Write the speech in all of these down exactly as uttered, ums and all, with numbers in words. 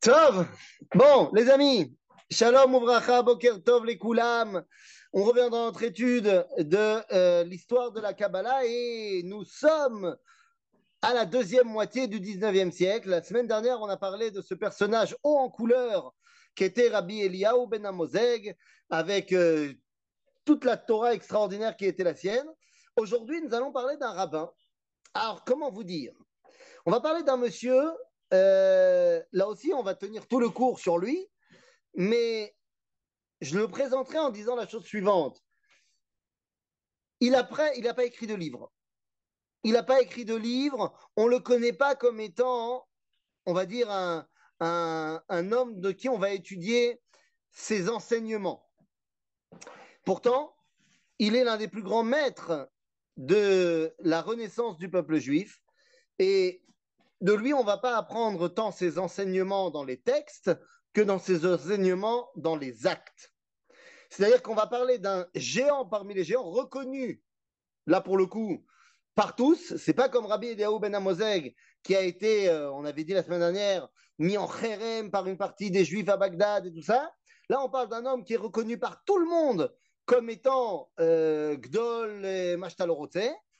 Tov. Bon, les amis, Shalom Uvracha, Boker Tov les Koulam. On revient dans notre étude de euh, l'histoire de la Kabbalah et nous sommes à la deuxième moitié du dix-neuvième siècle. La semaine dernière, on a parlé de ce personnage haut en couleur qui était Rabbi Eliyahu ben Amozeg avec euh, toute la Torah extraordinaire qui était la sienne. Aujourd'hui, nous allons parler d'un rabbin. Alors, comment vous dire? On va parler d'un monsieur, euh, là aussi on va tenir tout le cours sur lui, mais je le présenterai en disant la chose suivante. Il n'a il a pas écrit de livre. Il n'a pas écrit de livre, on ne le connaît pas comme étant, on va dire, un, un, un homme de qui on va étudier ses enseignements. Pourtant, il est l'un des plus grands maîtres de la renaissance du peuple juif et de lui, on ne va pas apprendre tant ses enseignements dans les textes que dans ses enseignements dans les actes. C'est-à-dire qu'on va parler d'un géant parmi les géants, reconnu, là pour le coup, par tous. C'est pas comme Rabbi Eliyahu ben Amozeg, qui a été, euh, on avait dit la semaine dernière, mis en chérem par une partie des Juifs à Bagdad et tout ça. Là, on parle d'un homme qui est reconnu par tout le monde comme étant euh, Gdol et Mashtalorote.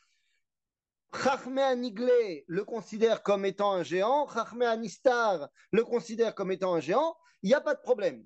Chachmé Aniglé le considère comme étant un géant, Chachmé Anistar le considère comme étant un géant, il n'y a pas de problème.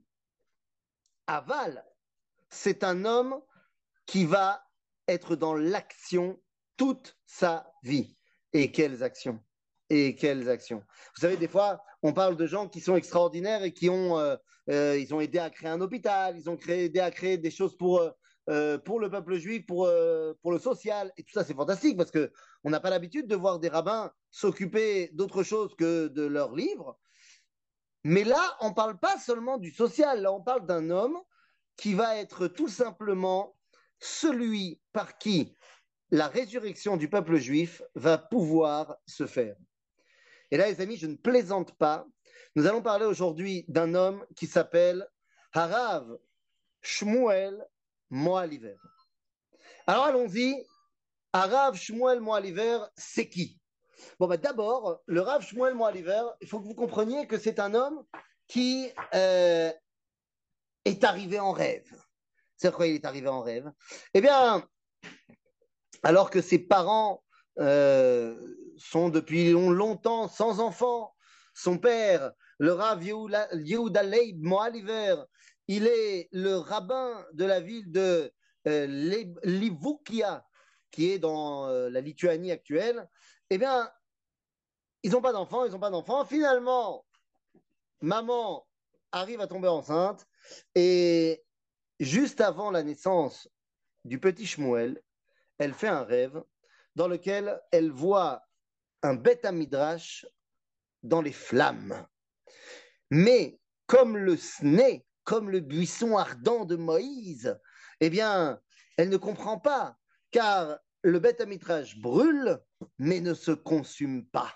Aval, c'est un homme qui va être dans l'action toute sa vie. Et quelles actions? Et quelles actions? Vous savez, des fois, on parle de gens qui sont extraordinaires et qui ont, euh, euh, ils ont aidé à créer un hôpital, ils ont créé, aidé à créer des choses pour, euh, pour le peuple juif, pour, euh, pour le social. Et tout ça, c'est fantastique parce qu'on n'a pas l'habitude de voir des rabbins s'occuper d'autre chose que de leurs livres. Mais là, on ne parle pas seulement du social, là, on parle d'un homme qui va être tout simplement celui par qui la résurrection du peuple juif va pouvoir se faire. Et là, les amis, je ne plaisante pas. Nous allons parler aujourd'hui d'un homme qui s'appelle Harav Shmuel Moaliver. Alors allons-y. Harav Shmuel Moaliver, c'est qui? Bon, bah, d'abord, le Rav Shmuel Moaliver, il faut que vous compreniez que c'est un homme qui euh, est arrivé en rêve. C'est quoi il est arrivé en rêve? Eh bien, alors que ses parents euh, sont depuis longtemps sans enfants, son père, le Rav Yehuda Leib Moaliver, il est le rabbin de la ville de euh, Livukia, qui est dans euh, la Lituanie actuelle. Eh bien, ils n'ont pas d'enfants, ils n'ont pas d'enfants. Finalement, maman arrive à tomber enceinte et juste avant la naissance du petit Shmuel, elle fait un rêve dans lequel elle voit un Beth Midrash dans les flammes. Mais comme le sné, comme le buisson ardent de Moïse, eh bien, elle ne comprend pas, car le Beth Midrash brûle, mais ne se consume pas.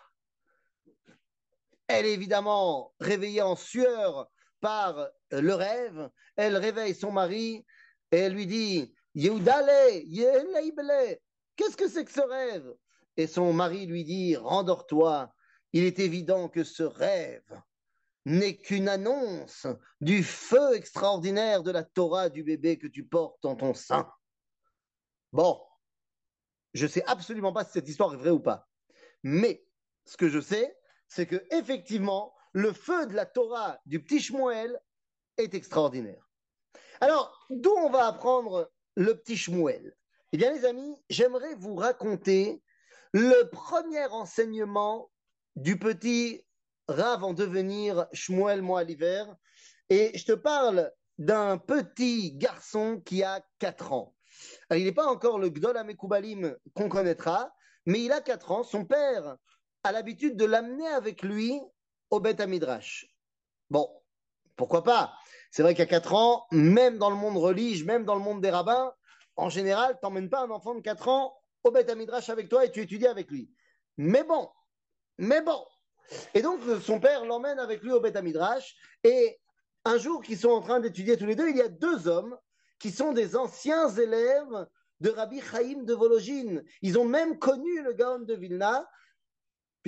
Elle est évidemment réveillée en sueur par le rêve. Elle réveille son mari et elle lui dit Yehudale, Yehudaïbele, qu'est-ce que c'est que ce rêve? Et son mari lui dit rendors-toi. Il est évident que ce rêve n'est qu'une annonce du feu extraordinaire de la Torah du bébé que tu portes dans ton sein. Bon, je ne sais absolument pas si cette histoire est vraie ou pas. Mais ce que je sais, c'est que effectivement, le feu de la Torah du petit Shmuel est extraordinaire. Alors, d'où on va apprendre le petit Shmuel? Eh bien, les amis, j'aimerais vous raconter le premier enseignement du petit Rav en devenir Shmuel Moaliver. Et je te parle d'un petit garçon qui a quatre ans. Alors, il n'est pas encore le Gdol HaMekoubalim qu'on connaîtra, mais il a quatre ans. Son père a l'habitude de l'amener avec lui au Beth Midrash. Bon, pourquoi pas? C'est vrai qu'à quatre ans, même dans le monde religieux, même dans le monde des rabbins, en général, tu n'emmènes pas un enfant de quatre ans au Beth Midrash avec toi et tu étudies avec lui. Mais bon, mais bon. Et donc, son père l'emmène avec lui au Beth Midrash et un jour qu'ils sont en train d'étudier tous les deux, il y a deux hommes qui sont des anciens élèves de Rabbi Chaim de Volojine. Ils ont même connu le Gaon de Vilna,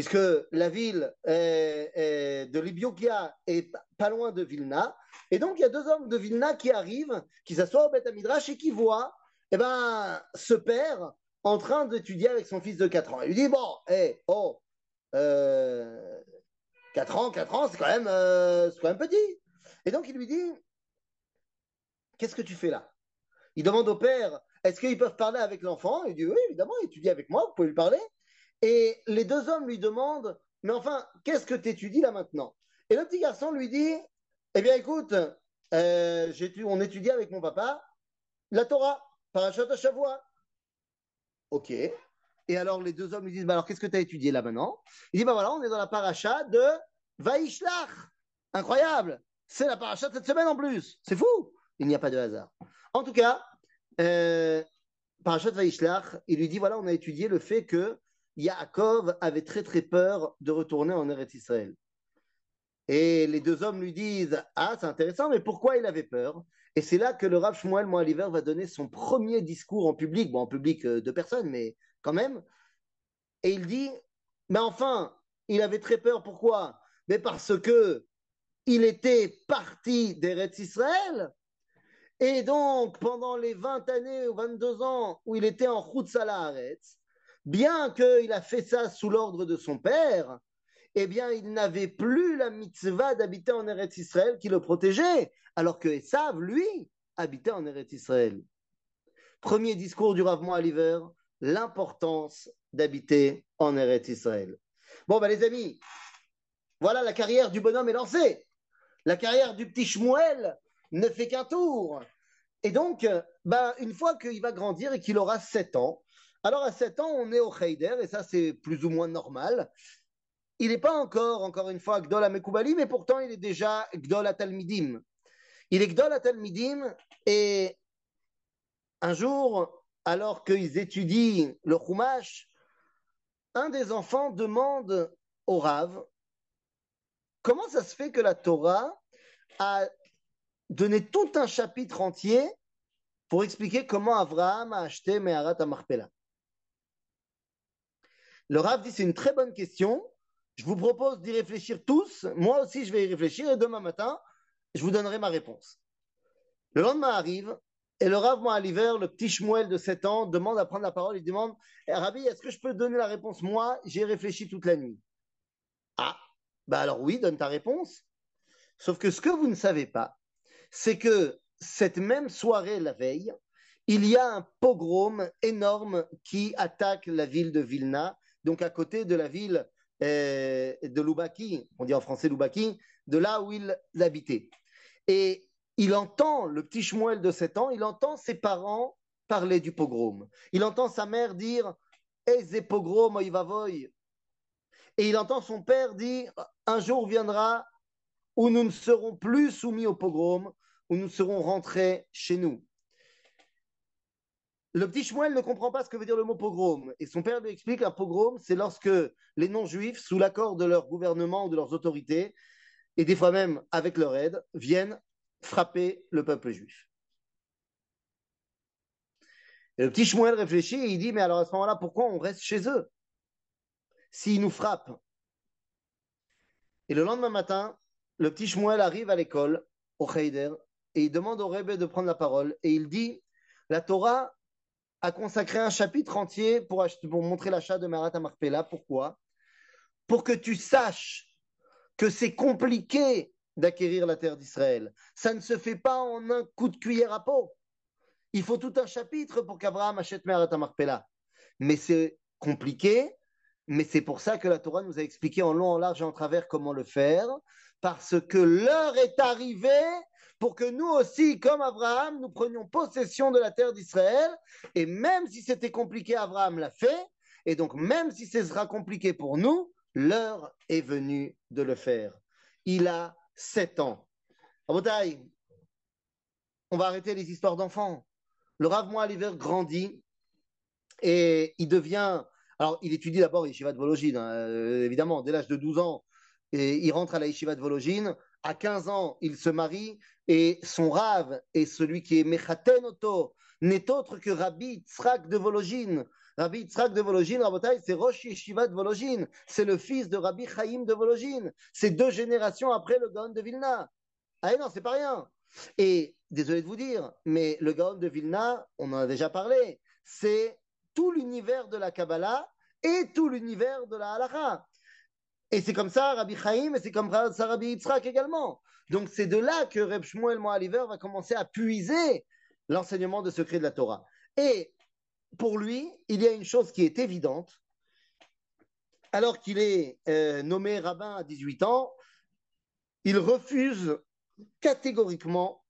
puisque la ville est, est de Libiokia est pas loin de Vilna. Et donc, il y a deux hommes de Vilna qui arrivent, qui s'assoient au Beth Midrash et qui voient eh ben, ce père en train d'étudier avec son fils de quatre ans. Il lui dit, bon, hey, oh, euh, quatre ans, quatre ans, c'est quand, même, euh, c'est quand même petit. Et donc, il lui dit, qu'est-ce que tu fais là? Il demande au père, est-ce qu'ils peuvent parler avec l'enfant? Il dit, oui, évidemment, il étudie avec moi, vous pouvez lui parler. Et les deux hommes lui demandent, mais enfin, qu'est-ce que tu étudies là maintenant? Et le petit garçon lui dit, eh bien écoute, euh, on étudie avec mon papa la Torah, Parashat Shavua. Ok. Et alors les deux hommes lui disent, bah alors qu'est-ce que tu as étudié là maintenant? Il dit, bah voilà, on est dans la paracha de Vaishlach. Incroyable. C'est la paracha de cette semaine en plus. C'est fou. Il n'y a pas de hasard. En tout cas, euh, Parashat Vaishlach, il lui dit, voilà, on a étudié le fait que Yaakov avait très très peur de retourner en Eretz Israël. Et les deux hommes lui disent, ah, c'est intéressant, mais pourquoi il avait peur? Et c'est là que le Rav Shmuel Moaliver va donner son premier discours en public, bon, en public euh, de personnes, mais quand même. Et il dit, mais enfin, il avait très peur, pourquoi? Mais parce que il était parti d'Eretz Israël. Et donc, pendant les vingt années ou vingt-deux ans où il était en Chutz Haaretz, bien qu'il a fait ça sous l'ordre de son père, eh bien, il n'avait plus la mitzvah d'habiter en Eretz Israël qui le protégeait, alors que Esav, lui, habitait en Eretz Israël. Premier discours du Rav Moaliver, l'importance d'habiter en Eretz Israël. Bon, ben les amis, voilà, la carrière du bonhomme est lancée. La carrière du petit Shmuel ne fait qu'un tour. Et donc, ben, une fois qu'il va grandir et qu'il aura sept ans, alors à sept ans, on est au Cheder, et ça c'est plus ou moins normal. Il n'est pas encore, encore une fois, Gdol HaMekoubali, mais pourtant il est déjà Gdol HaTalmidim. Il est Gdol HaTalmidim, et un jour, alors qu'ils étudient le Chumash, un des enfants demande au Rav, comment ça se fait que la Torah a donné tout un chapitre entier pour expliquer comment Abraham a acheté Meharat HaMachpelah. Le Rav dit, c'est une très bonne question. Je vous propose d'y réfléchir tous. Moi aussi, je vais y réfléchir et demain matin, je vous donnerai ma réponse. Le lendemain arrive et le Rav Moaliver, le petit Shmuel de sept ans, demande à prendre la parole. Il demande, eh, Rabbi, est-ce que je peux donner la réponse? Moi, j'ai réfléchi toute la nuit. Ah, bah alors oui, donne ta réponse. Sauf que ce que vous ne savez pas, c'est que cette même soirée, la veille, il y a un pogrom énorme qui attaque la ville de Vilna, donc à côté de la ville euh, de Loubaki, on dit en français Loubaki, de là où il habitait. Et il entend, le petit Shmuel de sept ans, il entend ses parents parler du pogrom. Il entend sa mère dire « Eze pogrom oivavoy ». Et il entend son père dire « Un jour viendra où nous ne serons plus soumis au pogrom, où nous serons rentrés chez nous ». Le petit Shmuel ne comprend pas ce que veut dire le mot pogrom. Et son père lui explique un pogrom, c'est lorsque les non-juifs, sous l'accord de leur gouvernement ou de leurs autorités, et des fois même avec leur aide, viennent frapper le peuple juif. Et le petit Shmuel réfléchit et il dit, mais alors à ce moment-là, pourquoi on reste chez eux s'ils nous frappent? Et le lendemain matin, le petit Shmuel arrive à l'école, au Cheder, et il demande au Rebbe de prendre la parole, et il dit, la Torah a consacré un chapitre entier pour, pour montrer l'achat de Meharat HaMachpelah. Pourquoi? Pour que tu saches que c'est compliqué d'acquérir la terre d'Israël. Ça ne se fait pas en un coup de cuillère à peau. Il faut tout un chapitre pour qu'Abraham achète Meharat HaMachpelah. Mais c'est compliqué, mais c'est pour ça que la Torah nous a expliqué en long, en large et en travers comment le faire, parce que l'heure est arrivée pour que nous aussi, comme Abraham, nous prenions possession de la terre d'Israël. Et même si c'était compliqué, Abraham l'a fait. Et donc, même si ce sera compliqué pour nous, l'heure est venue de le faire. Il a sept ans. Rabotai, on va arrêter les histoires d'enfants. Le Rav Moaliver grandit et il devient... Alors, il étudie d'abord Yeshiva de Vologine, hein, euh, évidemment, dès l'âge de douze ans. Et il rentre à la Yeshiva de Vologine. À quinze ans, il se marie et son Rav est celui qui est Mechaten Oto, n'est autre que Rabbi Tzrak de Vologine, Rabbi Yitzhak de Volojin, Rabotai, c'est Rosh Yeshiva de Volojin. C'est le fils de Rabbi Chaim de Volojin. C'est deux générations après le Gaon de Vilna. Ah non, c'est pas rien. Et désolé de vous dire, mais le Gaon de Vilna, on en a déjà parlé, c'est tout l'univers de la Kabbalah et tout l'univers de la Halacha. Et c'est comme ça Rabbi Chaim, et c'est comme ça Rabbi Yitzhak également. Donc c'est de là que Reb Shmuel Moaliver va commencer à puiser l'enseignement de secret de la Torah. Et pour lui, il y a une chose qui est évidente. Alors qu'il est euh, nommé rabbin à dix-huit ans, il refuse catégoriquement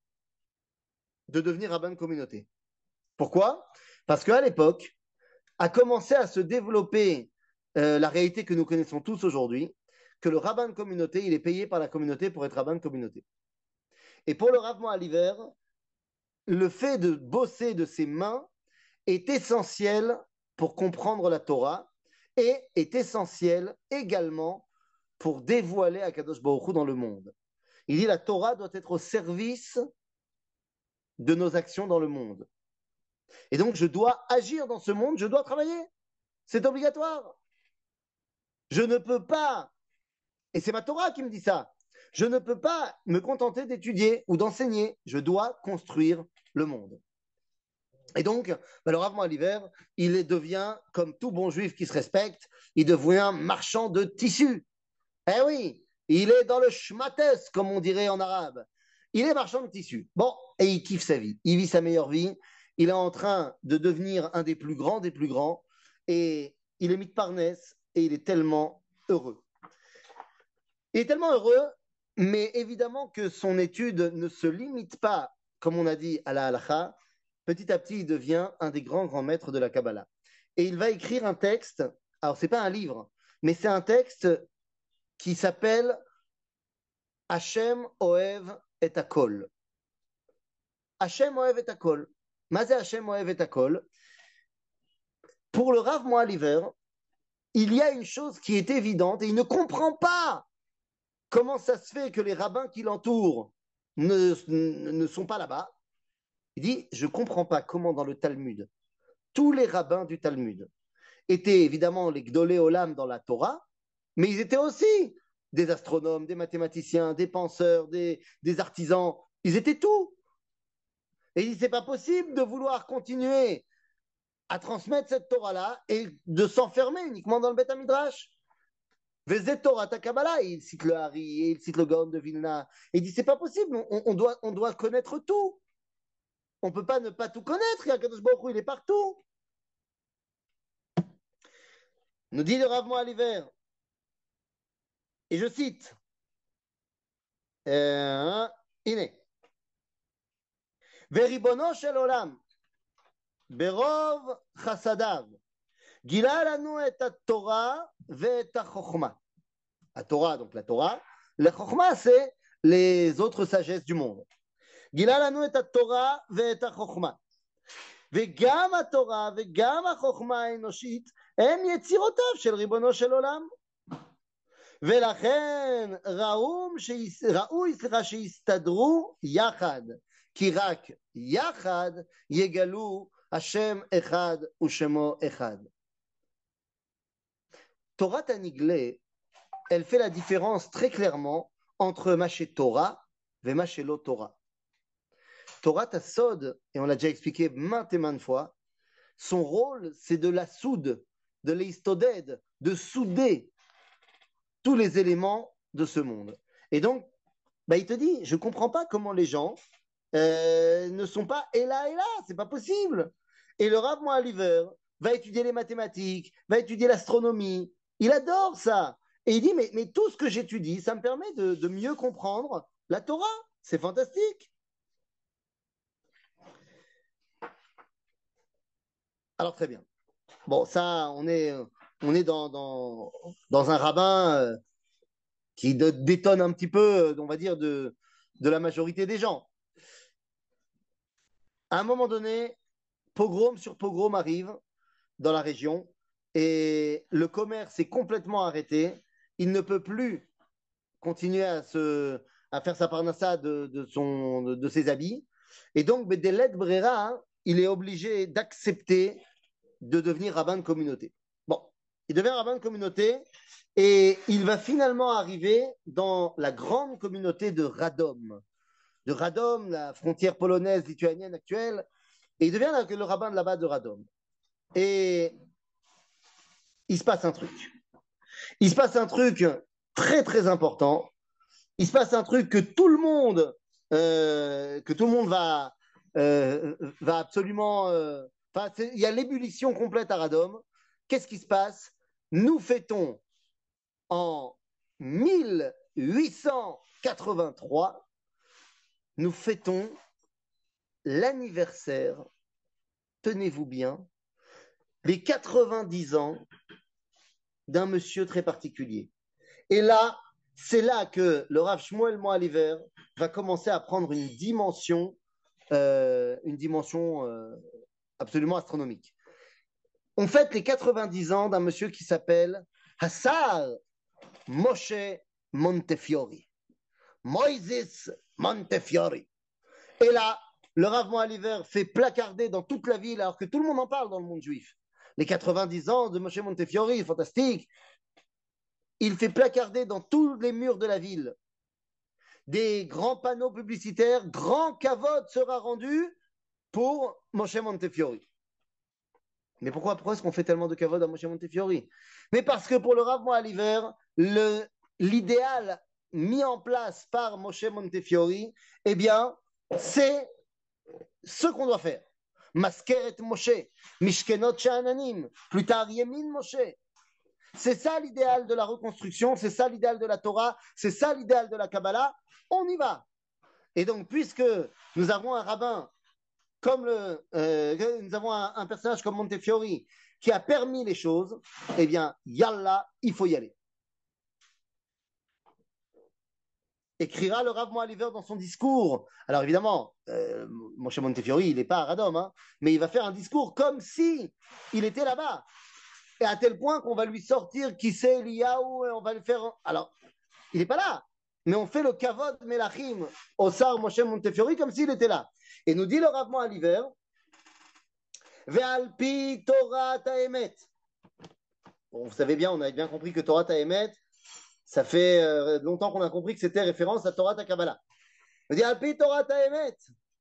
de devenir rabbin de communauté. Pourquoi? Parce qu'à l'époque, a commencé à se développer euh, la réalité que nous connaissons tous aujourd'hui, que le rabbin de communauté, il est payé par la communauté pour être rabbin de communauté. Et pour le Rav Moaliver, le fait de bosser de ses mains est essentiel pour comprendre la Torah et est essentiel également pour dévoiler Akadosh Baruch Hu dans le monde. Il dit la Torah doit être au service de nos actions dans le monde. Et donc, je dois agir dans ce monde, je dois travailler. C'est obligatoire. Je ne peux pas, et c'est ma Torah qui me dit ça, je ne peux pas me contenter d'étudier ou d'enseigner. Je dois construire le monde. Et donc, ben, le Rav Moaliver, il devient, comme tout bon juif qui se respecte, il devient marchand de tissus. Eh oui, il est dans le shmates, comme on dirait en arabe. Il est marchand de tissus. Bon, et il kiffe sa vie. Il vit sa meilleure vie. Il est en train de devenir un des plus grands des plus grands. Et il est mis de parnesse et il est tellement heureux. Il est tellement heureux, mais évidemment que son étude ne se limite pas, comme on a dit, à la halacha. Petit à petit, il devient un des grands grands maîtres de la Kabbalah. Et il va écrire un texte. Alors, ce n'est pas un livre, mais c'est un texte qui s'appelle Hashem Oev et Akol. Hashem Oev et Akol. Mazé Hashem Oev et Akol. Pour le Rav Moaliver, il y a une chose qui est évidente et il ne comprend pas comment ça se fait que les rabbins qui l'entourent ne, ne sont pas là-bas. Il dit, je ne comprends pas comment dans le Talmud, tous les rabbins du Talmud étaient évidemment les Gdolé Olam dans la Torah, mais ils étaient aussi des astronomes, des mathématiciens, des penseurs, des, des artisans. Ils étaient tout. Et il dit, c'est pas possible de vouloir continuer à transmettre cette Torah-là et de s'enfermer uniquement dans le Beth Midrash. Vezet Torah ta Kabbalah, il cite le Hari, et il cite le Gaon de Vilna. Et il dit, c'est pas possible, on, on, doit, on doit connaître tout. On ne peut pas ne pas tout connaître, Akadosh Baruch Hu, il est partout. Nous dit le Rav Moaliver, et je cite, euh, Iné, Veribono shel olam, berov chasadav, גילה לנו את התורה ואת החוכמה. התורה, donc la Torah, la חוכמה, c'est les autres sagesses du monde. גילה לנו את התורה ואת החוכמה. וגם התורה וגם החוכמה האנושית הם יצירותיו של ריבונו של עולם. ולכן ראוי שיסתדרו יחד, כי רק יחד יגלו השם אחד ושמו אחד. Torah Taniglé, elle fait la différence très clairement entre Maché Torah et Maché Lo Torah. Torah Tassod, et on l'a déjà expliqué maintes et maintes fois, son rôle, c'est de la soude, de l'istoded, de souder tous les éléments de ce monde. Et donc, bah, il te dit, je ne comprends pas comment les gens euh, ne sont pas et là et là, c'est pas possible. Et le Rav Moaliver va étudier les mathématiques, va étudier l'astronomie. Il adore ça. Et il dit, mais, mais tout ce que j'étudie, ça me permet de, de mieux comprendre la Torah. C'est fantastique. Alors, très bien. Bon, ça, on est, on est dans, dans, dans un rabbin euh, qui de, détonne un petit peu, on va dire, de, de la majorité des gens. À un moment donné, pogrom sur pogrom arrive dans la région et le commerce est complètement arrêté. Il ne peut plus continuer à, se, à faire sa parnassa de, de, son, de, de ses habits. Et donc, Bedelet Brera, hein, il est obligé d'accepter de devenir rabbin de communauté. Bon, il devient rabbin de communauté et il va finalement arriver dans la grande communauté de Radom. De Radom, la frontière polonaise lituanienne actuelle, et il devient le rabbin de là-bas de Radom. Et il se passe un truc. Il se passe un truc très très important. Il se passe un truc que tout le monde, euh, que tout le monde va, euh, va absolument. Euh, il y a l'ébullition complète à Radom. Qu'est-ce qui se passe? Nous fêtons en mille huit cent quatre-vingt-trois, nous fêtons l'anniversaire, tenez-vous bien, des quatre-vingt-dix ans d'un monsieur très particulier. Et là, c'est là que le Rav Shmuel Moaliver va commencer à prendre une dimension, euh, une dimension euh, absolument astronomique. On fête les quatre-vingt-dix ans d'un monsieur qui s'appelle Hassar Moshe Montefiore. Moïse Montefiore. Et là, le Rav Moaliver fait placarder dans toute la ville, alors que tout le monde en parle dans le monde juif. Les quatre-vingt-dix ans de Moshe Montefiore, fantastique. Il fait placarder dans tous les murs de la ville des grands panneaux publicitaires, grand kavod sera rendu pour Moshe Montefiore. Mais pourquoi, pourquoi est-ce qu'on fait tellement de kavod à Moshe Montefiore? Mais parce que pour le Rav Moaliver, le, l'idéal mis en place par Moshe Montefiore, eh bien, c'est ce qu'on doit faire. Maskeret Moshe, Mishkenot Sha'ananim, plus tard Yemin Moshe. C'est ça l'idéal de la reconstruction, c'est ça l'idéal de la Torah, c'est ça l'idéal de la Kabbalah. On y va. Et donc, puisque nous avons un rabbin comme le, euh, nous avons un, un personnage comme Montefiore qui a permis les choses, eh bien, yallah, il faut y aller. Écrira le Rav Moaliver dans son discours. Alors évidemment, euh, Moshe Montefiore, il n'est pas à Radom, hein, mais il va faire un discours comme si il était là-bas. Et à tel point qu'on va lui sortir qui c'est Eliyahu et on va le faire. Alors, il n'est pas là, mais on fait le Kavod Melachim au Sar Moshe Montefiore comme s'il était là. Et nous dit le Rav Moaliver, Ve'alpi Torah Ta'emet. Bon, vous savez bien, on avait bien compris que Torah Ta'emet, ça fait euh, longtemps qu'on a compris que c'était référence à Torah Ta'Kabbalah. Il dit Alpi Torah Ta'emet.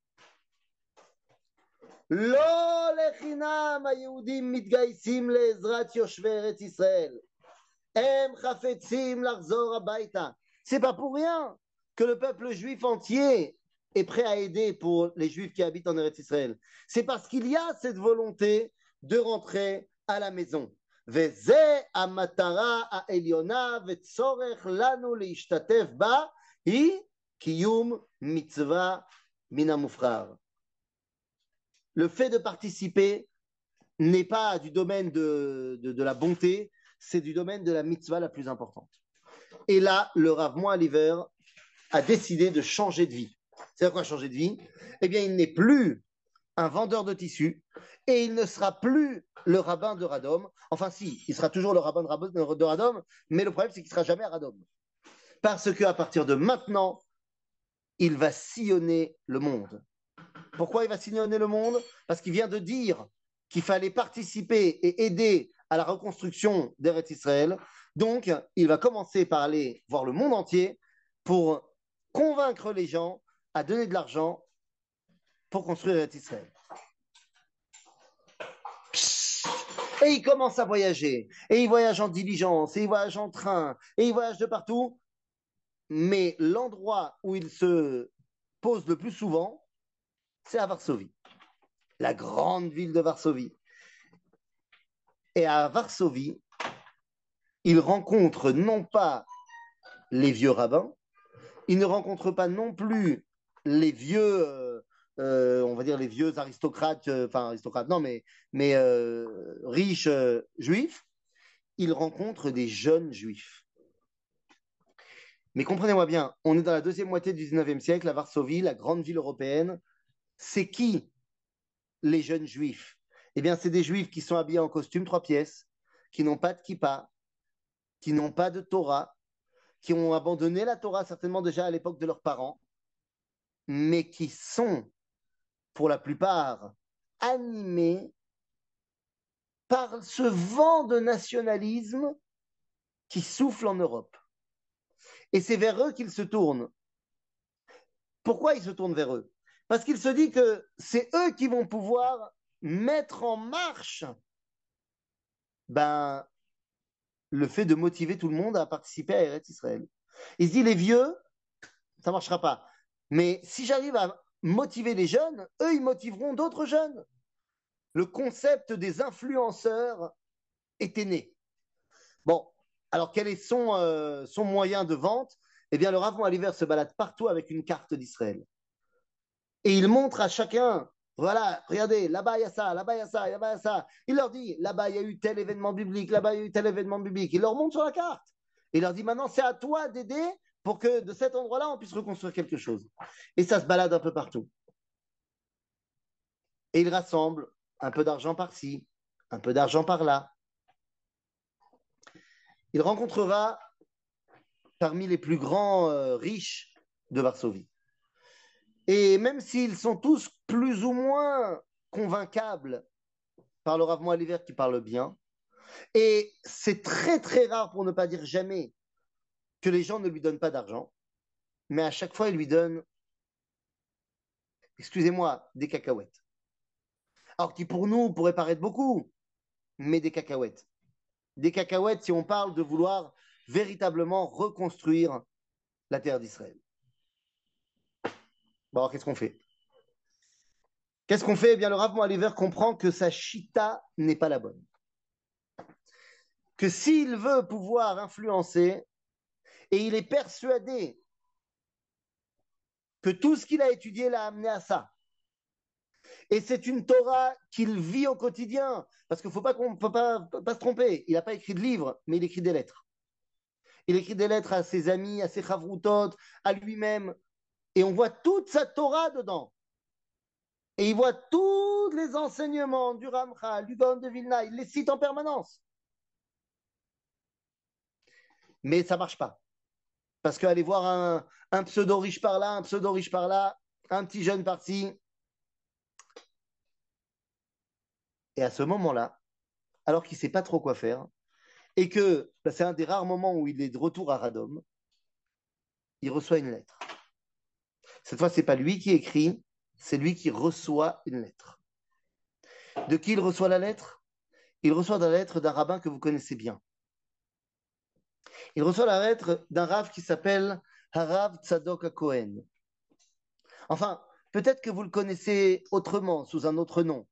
לא לחינם היהודים מתגייסים לעזרת יושבי ארץ ישראל. הם חפצים לחזור הביתה. C'est pas pour rien que le peuple juif entier est prêt à aider pour les juifs qui habitent en Eretz Israël. C'est parce qu'il y a cette volonté de rentrer à la maison. וזה המטרה העליונה וצורך לנו להשתתף בה היא קיום מצווה מן המובחר. Le fait de participer n'est pas du domaine de, de, de la bonté, c'est du domaine de la mitzvah la plus importante. Et là, le Rav Moaliver a décidé de changer de vie. C'est quoi changer de vie? Eh bien, il n'est plus un vendeur de tissus et il ne sera plus le rabbin de Radom. Enfin, si, il sera toujours le rabbin de Radom, mais le problème, c'est qu'il ne sera jamais à Radom. Parce qu'à partir de maintenant, il va sillonner le monde. Pourquoi il va sillonner le monde? Parce qu'il vient de dire qu'il fallait participer et aider à la reconstruction d'Eretz Israël. Donc, il va commencer par aller voir le monde entier pour convaincre les gens à donner de l'argent pour construire Eretz Israël. Et il commence à voyager. Et il voyage en diligence, et il voyage en train, et il voyage de partout. Mais l'endroit où il se pose le plus souvent, c'est à Varsovie, la grande ville de Varsovie. Et à Varsovie, il rencontre non pas les vieux rabbins, il ne rencontre pas non plus les vieux, euh, euh, on va dire les vieux aristocrates, euh, enfin aristocrates, non, mais, mais euh, riches euh, juifs, il rencontre des jeunes juifs. Mais comprenez-moi bien, on est dans la deuxième moitié du dix-neuvième siècle, à Varsovie, la grande ville européenne. C'est qui les jeunes juifs? Eh bien, c'est des juifs qui sont habillés en costume trois pièces, qui n'ont pas de kippa, qui n'ont pas de Torah, qui ont abandonné la Torah certainement déjà à l'époque de leurs parents, mais qui sont, pour la plupart, animés par ce vent de nationalisme qui souffle en Europe. Et c'est vers eux qu'il se tourne. Pourquoi il se tourne vers eux? Parce qu'il se dit que c'est eux qui vont pouvoir mettre en marche ben, le fait de motiver tout le monde à participer à Eretz Israël. Il se dit, les vieux, ça ne marchera pas. Mais si j'arrive à motiver les jeunes, eux, ils motiveront d'autres jeunes. Le concept des influenceurs était né. Bon, alors quel est son, euh, son moyen de vente? Eh bien, le Rav Moaliver se balade partout avec une carte d'Israël. Et il montre à chacun, voilà, regardez, là-bas il y a ça, là-bas il y a ça, là-bas il y a ça. Il leur dit, là-bas il y a eu tel événement biblique, là-bas il y a eu tel événement biblique. Il leur montre sur la carte. Il leur dit, maintenant c'est à toi d'aider pour que de cet endroit-là on puisse reconstruire quelque chose. Et ça se balade un peu partout. Et il rassemble un peu d'argent par-ci, un peu d'argent par-là. Il rencontrera parmi les plus grands euh, riches de Varsovie. Et même s'ils sont tous plus ou moins convaincables par le Rav Moaliver qui parle bien, et c'est très très rare, pour ne pas dire jamais, que les gens ne lui donnent pas d'argent, mais à chaque fois, ils lui donnent, excusez-moi, des cacahuètes. Alors qui pour nous pourrait paraître beaucoup, mais des cacahuètes. Des cacahuètes si on parle de vouloir véritablement reconstruire la terre d'Israël. Bon, alors qu'est-ce qu'on fait? Qu'est-ce qu'on fait? Eh bien, le Rav Moaliver comprend que sa chita n'est pas la bonne. Que s'il veut pouvoir influencer, et il est persuadé que tout ce qu'il a étudié l'a amené à ça. Et c'est une Torah qu'il vit au quotidien, parce qu'il ne faut pas, qu'on, faut pas, pas se tromper. Il n'a pas écrit de livres, mais il écrit des lettres. Il écrit des lettres à ses amis, à ses chavroutot, à lui-même, et on voit toute sa Torah dedans. Et il voit tous les enseignements du Ramchal, du Gaon de Vilna, il les cite en permanence. Mais ça ne marche pas. Parce qu'aller voir un, un pseudo riche par là, un pseudo riche par là, un petit jeune par-ci. Et à ce moment-là, alors qu'il ne sait pas trop quoi faire, et que bah, c'est un des rares moments où il est de retour à Radom, il reçoit une lettre. Cette fois, ce n'est pas lui qui écrit, c'est lui qui reçoit une lettre. De qui il reçoit la lettre? Il reçoit la lettre d'un rabbin que vous connaissez bien. Il reçoit la lettre d'un rav qui s'appelle Harav Tzadok HaKohen. Enfin, peut-être que vous le connaissez autrement, sous un autre nom.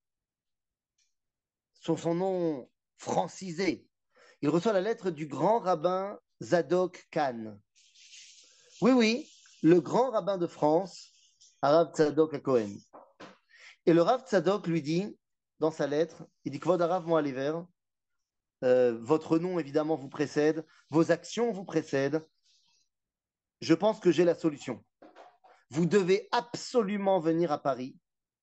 Sous son nom francisé. Il reçoit la lettre du grand rabbin Zadok Khan. Oui, oui, le grand rabbin de France, Harav Tzadok HaKohen. Et le Rav Tzadok lui dit, dans sa lettre, il dit, Kvod Harav Moaliver, euh, votre nom évidemment vous précède, vos actions vous précèdent, je pense que j'ai la solution. Vous devez absolument venir à Paris.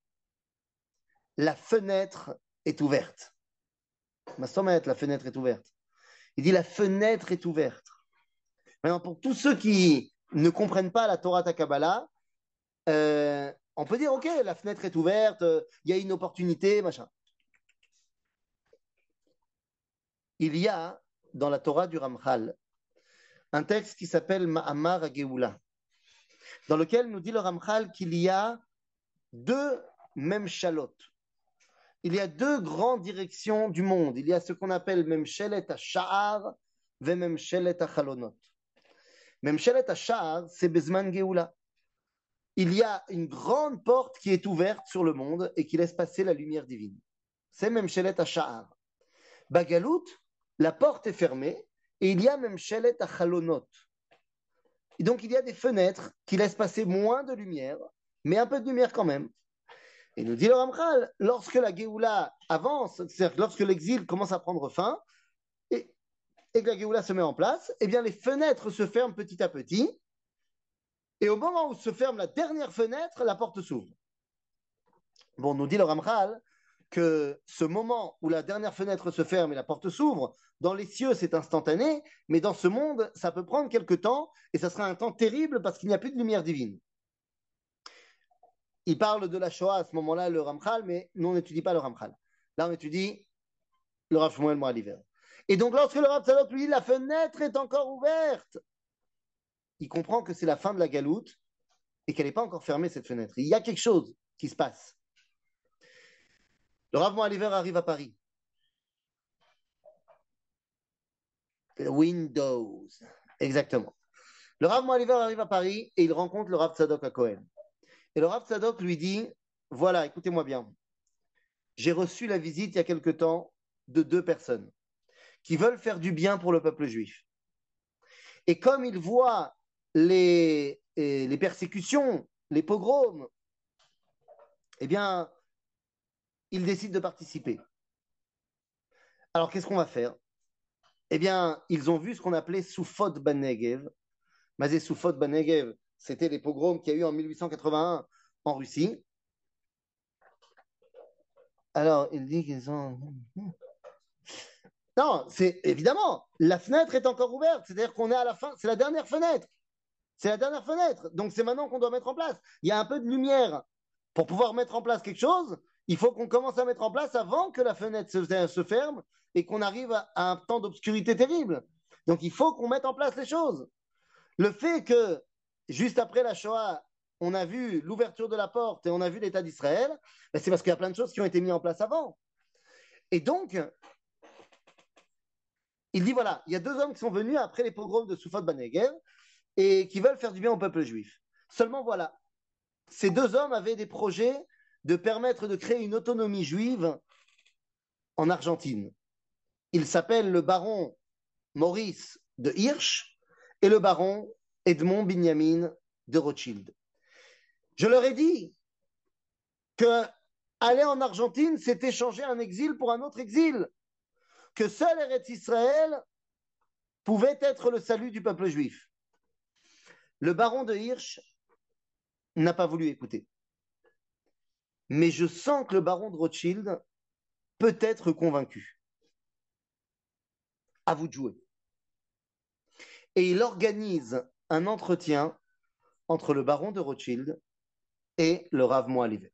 La fenêtre est ouverte. Ma sommette, la fenêtre est ouverte. Il dit, la fenêtre est ouverte. Maintenant, pour tous ceux qui ne comprennent pas la Torah Takabala, euh, on peut dire, ok, la fenêtre est ouverte, il euh, y a une opportunité, machin. Il y a dans la Torah du Ramchal un texte qui s'appelle Ma'amar HaGeoula, dans lequel nous dit le Ramchal qu'il y a deux memshalot. Il y a deux grandes directions du monde. Il y a ce qu'on appelle Memshelet HaSha'ar et Memshelet HaChalonot. Memshelet HaSha'ar, c'est Bezman Geoula. Il y a une grande porte qui est ouverte sur le monde et qui laisse passer la lumière divine. C'est Memshelet HaSha'ar. Bagalout, la porte est fermée et il y a Memshelet HaChalonot. Et donc il y a des fenêtres qui laissent passer moins de lumière, mais un peu de lumière quand même. Et nous dit le Ramchal, lorsque la Géoula avance, c'est-à-dire que lorsque l'exil commence à prendre fin, et, et que la Géoula se met en place, eh bien les fenêtres se ferment petit à petit, et au moment où se ferme la dernière fenêtre, la porte s'ouvre. Bon, nous dit le Ramchal que ce moment où la dernière fenêtre se ferme et la porte s'ouvre, dans les cieux c'est instantané, mais dans ce monde ça peut prendre quelque temps, et ça sera un temps terrible parce qu'il n'y a plus de lumière divine. Il parle de la Shoah à ce moment-là, le Ramchal, mais nous on n'étudie pas le Ramchal. Là on étudie le Rav Shmuel Moaliver. Et donc, lorsque le Rav Tzadok lui dit la fenêtre est encore ouverte, il comprend que c'est la fin de la galoute et qu'elle n'est pas encore fermée, cette fenêtre. Il y a quelque chose qui se passe. Le Rav Moaliver arrive à Paris. Windows, exactement. Le Rav Moaliver arrive à Paris et il rencontre le Rav Tzadok à Cohen. Et le Rav Tzadok lui dit, voilà, écoutez-moi bien, j'ai reçu la visite il y a quelque temps de deux personnes qui veulent faire du bien pour le peuple juif. Et comme ils voient les, les persécutions, les pogroms, eh bien, ils décident de participer. Alors, qu'est-ce qu'on va faire? Eh bien, ils ont vu ce qu'on appelait Soufot Banegev. Mazé Soufot Banegev, c'était les pogroms qu'il y a eu en mille huit cent quatre-vingt-un en Russie. Alors, il dit qu'ils ont... Non, c'est évidemment, la fenêtre est encore ouverte, c'est-à-dire qu'on est à la fin, c'est la dernière fenêtre. C'est la dernière fenêtre, donc c'est maintenant qu'on doit mettre en place. Il y a un peu de lumière. Pour pouvoir mettre en place quelque chose, il faut qu'on commence à mettre en place avant que la fenêtre se, se ferme et qu'on arrive à, à un temps d'obscurité terrible. Donc il faut qu'on mette en place les choses. Le fait que, juste après la Shoah, on a vu l'ouverture de la porte et on a vu l'État d'Israël, ben c'est parce qu'il y a plein de choses qui ont été mises en place avant. Et donc, il dit voilà, il y a deux hommes qui sont venus après les pogroms de Soufot Banegev et qui veulent faire du bien au peuple juif. Seulement voilà, ces deux hommes avaient des projets de permettre de créer une autonomie juive en Argentine. Ils s'appellent le baron Maurice de Hirsch et le baron Edmond Binyamin de Rothschild. Je leur ai dit que aller en Argentine, c'est échanger un exil pour un autre exil, que seul Eretz Israël pouvait être le salut du peuple juif. Le baron de Hirsch n'a pas voulu écouter. Mais je sens que le baron de Rothschild peut être convaincu. À vous de jouer. Et il organise un entretien entre le baron de Rothschild et le Rav Moaliver.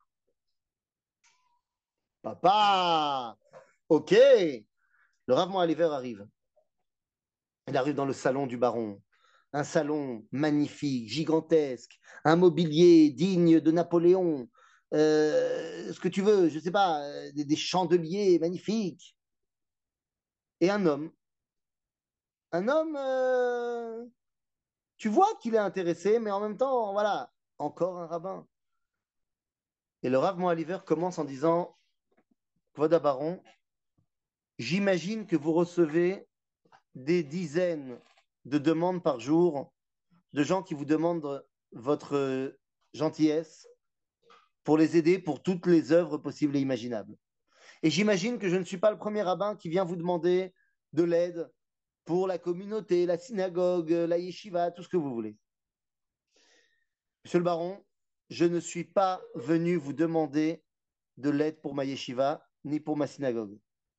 Papa, ok. Le Rav Moaliver arrive. Il arrive dans le salon du baron. Un salon magnifique, gigantesque, un mobilier digne de Napoléon, euh, ce que tu veux, je ne sais pas, des, des chandeliers magnifiques. Et un homme, un homme, euh, tu vois qu'il est intéressé, mais en même temps, voilà, encore un rabbin. Et le Rav Moaliver commence en disant, Voda Baron, j'imagine que vous recevez des dizaines de demandes par jour de gens qui vous demandent votre gentillesse pour les aider pour toutes les œuvres possibles et imaginables. Et j'imagine que je ne suis pas le premier rabbin qui vient vous demander de l'aide pour la communauté, la synagogue, la yeshiva, tout ce que vous voulez. Monsieur le baron, je ne suis pas venu vous demander de l'aide pour ma yeshiva ni pour ma synagogue.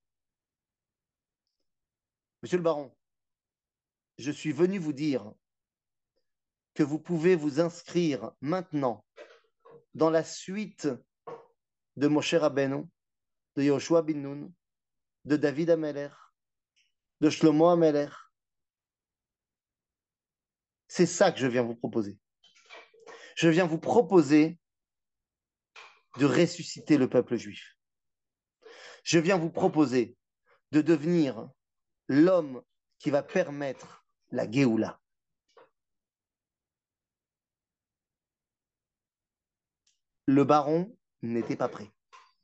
Monsieur le baron, je suis venu vous dire que vous pouvez vous inscrire maintenant dans la suite de Moshe Rabbeinu, de Yoshua bin Nun, de David Ameler, de Shlomo Ameler. C'est ça que je viens vous proposer. Je viens vous proposer de ressusciter le peuple juif. Je viens vous proposer de devenir l'homme qui va permettre la Géoula. Le baron n'était pas prêt.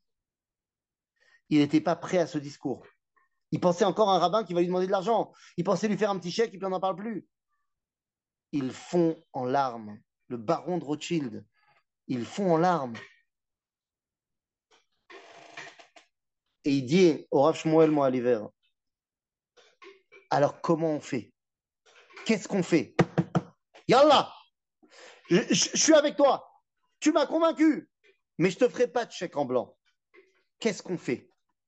Il n'était pas prêt à ce discours. Il pensait encore à un rabbin qui va lui demander de l'argent. Il pensait lui faire un petit chèque et puis on n'en parle plus. Ils fond en larmes. Le baron de Rothschild, il fond en larmes. Et il dit au Rav Shmuel Moaliver, alors comment on fait? Qu'est-ce qu'on fait? Yallah, je, je, je suis avec toi. Tu m'as convaincu, mais je te ferai pas de chèque en blanc. Qu'est-ce qu'on fait?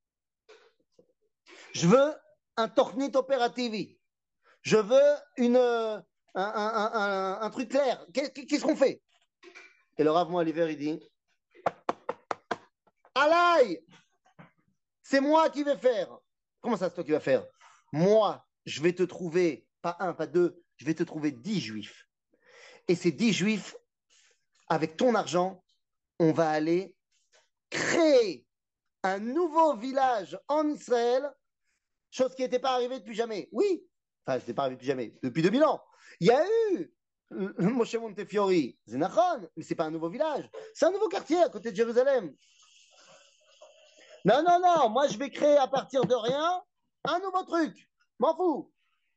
Je veux un tornit opérativi. Je veux une, un, un, un, un truc clair. Qu'est-ce qu'on fait? Et le Rav Moaliver, il dit, Alaï, c'est moi qui vais faire. Comment ça, c'est toi qui vas faire? Moi, je vais te trouver, pas un, pas deux, je vais te trouver dix juifs. Et ces dix juifs, avec ton argent, on va aller créer un nouveau village en Israël, chose qui n'était pas arrivée depuis jamais. Oui, enfin, ce n'était pas arrivé depuis jamais, depuis deux mille ans. Il y a eu le Moshe Montefiore, c'est Nachon, mais ce n'est pas un nouveau village, c'est un nouveau quartier à côté de Jérusalem. Non, non, non, moi je vais créer à partir de rien un nouveau truc. M'en fous.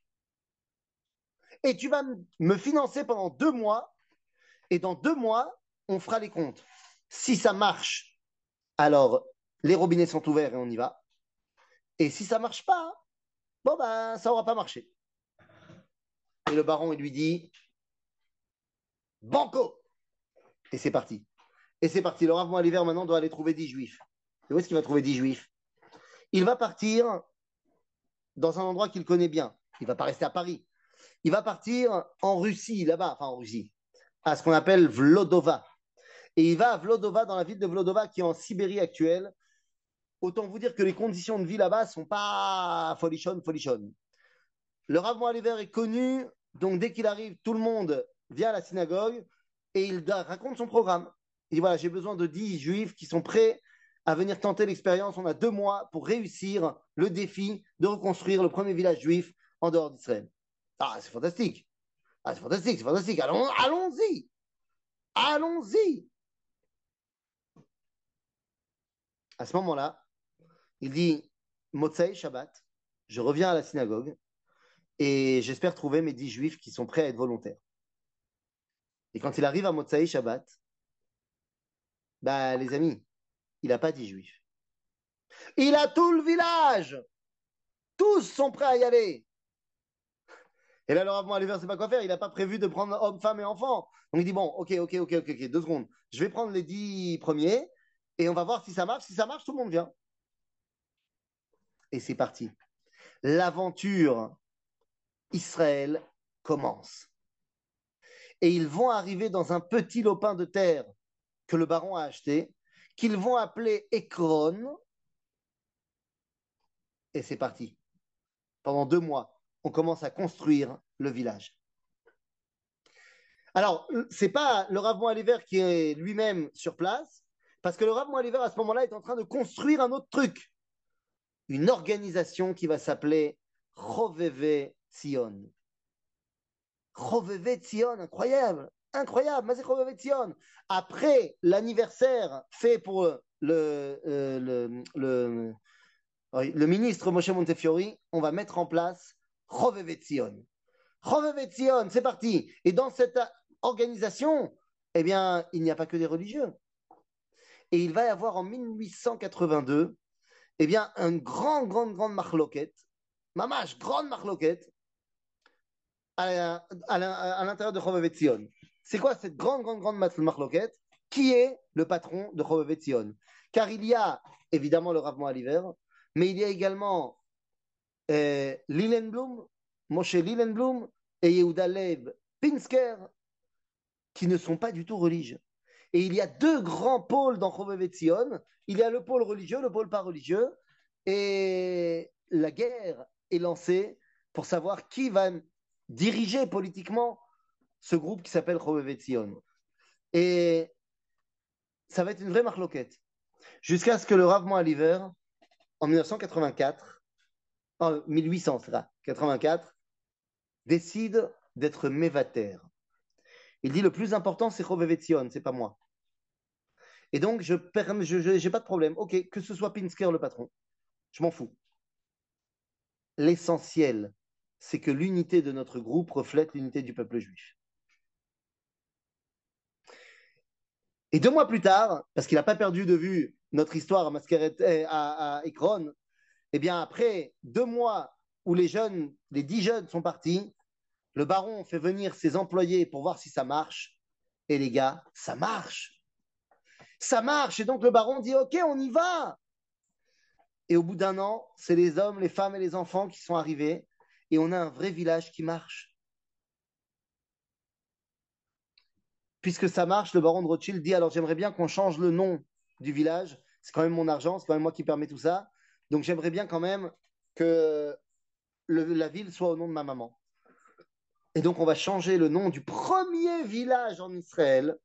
Et tu vas me financer pendant deux mois, et dans deux mois, on fera les comptes. Si ça marche, alors les robinets sont ouverts et on y va. Et si ça marche pas, bon ben ça aura pas marché. Et le baron, il lui dit Banco. Et c'est parti. Et c'est parti. Le Rav Moaliver maintenant doit aller trouver dix juifs. Et où est-ce qu'il va trouver dix juifs? Il va partir dans un endroit qu'il connaît bien. Il va pas rester à Paris. Il va partir en Russie, là-bas, enfin en Russie, à ce qu'on appelle Vlodova. Et il va à Vlodova, dans la ville de Vlodova, qui est en Sibérie actuelle. Autant vous dire que les conditions de vie là-bas sont pas folichonnes, folichonnes. Le Rav Moaliver est connu, donc dès qu'il arrive, tout le monde vient à la synagogue et il raconte son programme. Il dit voilà, j'ai besoin de dix juifs qui sont prêts à venir tenter l'expérience. On a deux mois pour réussir le défi de reconstruire le premier village juif en dehors d'Israël. Ah, c'est fantastique. Ah, c'est fantastique, c'est fantastique. Allons, allons-y. Allons-y. À ce moment-là, il dit Motsai Shabbat, je reviens à la synagogue et j'espère trouver mes dix juifs qui sont prêts à être volontaires. Et quand il arrive à Motsai Shabbat, bah, les amis, il n'a pas dix juifs. Il a tout le village. Tous sont prêts à y aller. Et là, le Rav Moaliver ne sait pas quoi faire. Il n'a pas prévu de prendre hommes, femmes et enfants. Donc il dit bon, ok, ok, ok, ok, ok, deux secondes. Je vais prendre les dix premiers et on va voir si ça marche. Si ça marche, tout le monde vient. Et c'est parti. L'aventure Israël commence. Et ils vont arriver dans un petit lopin de terre que le baron a acheté, qu'ils vont appeler Ekron. Et c'est parti. Pendant deux mois, on commence à construire le village. Alors, ce n'est pas le Rav Moaliver qui est lui-même sur place, parce que le Rav Moaliver, à ce moment-là, est en train de construire un autre truc. Une organisation qui va s'appeler Choveve Tzion. Choveve Tzion, incroyable, incroyable, mais c'est Choveve Tzion. Après l'anniversaire fait pour le, euh, le, le, le ministre Moshe Montefiore, on va mettre en place Choveve Tzion. Choveve Tzion, c'est parti. Et dans cette organisation, eh bien, il n'y a pas que des religieux. Et il va y avoir en mille huit cent quatre-vingt-deux, eh bien, une grande, grande, grande marloquette, mamash, grande marloquette, à, à, à l'intérieur de Choveve Tzion. C'est quoi cette grande, grande, grande marloquette? Qui est le patron de Choveve Tzion? Car il y a évidemment le Rav Moaliver, mais il y a également euh, Lillenblum, Moshe Lillenblum et Yehuda Leib Pinsker, qui ne sont pas du tout religieux. Et il y a deux grands pôles dans Choveve Tzion. Il y a le pôle religieux, le pôle pas religieux. Et la guerre est lancée pour savoir qui va diriger politiquement ce groupe qui s'appelle Choveve Tzion. Et ça va être une vraie marloquette. Jusqu'à ce que le Rav Moaliver, en mille neuf cent quatre-vingt-quatre, en mille huit cent quatre-vingt-quatre, décide d'être mévater. Il dit le plus important, c'est Choveve Tzion, c'est pas moi. Et donc, je n'ai pas de problème. Ok, que ce soit Pinsker le patron, je m'en fous. L'essentiel, c'est que l'unité de notre groupe reflète l'unité du peuple juif. Et deux mois plus tard, parce qu'il n'a pas perdu de vue notre histoire à, à, à Ekron, eh bien après deux mois où les jeunes, les dix jeunes sont partis, le baron fait venir ses employés pour voir si ça marche. Et les gars, ça marche. Ça marche. Et donc le baron dit, OK, on y va. Et au bout d'un an, c'est les hommes, les femmes et les enfants qui sont arrivés. Et on a un vrai village qui marche. Puisque ça marche, le baron de Rothschild dit, alors j'aimerais bien qu'on change le nom du village. C'est quand même mon argent, c'est quand même moi qui permets tout ça. Donc j'aimerais bien quand même que le- la ville soit au nom de ma maman. Et donc, on va changer le nom du premier village en Israël,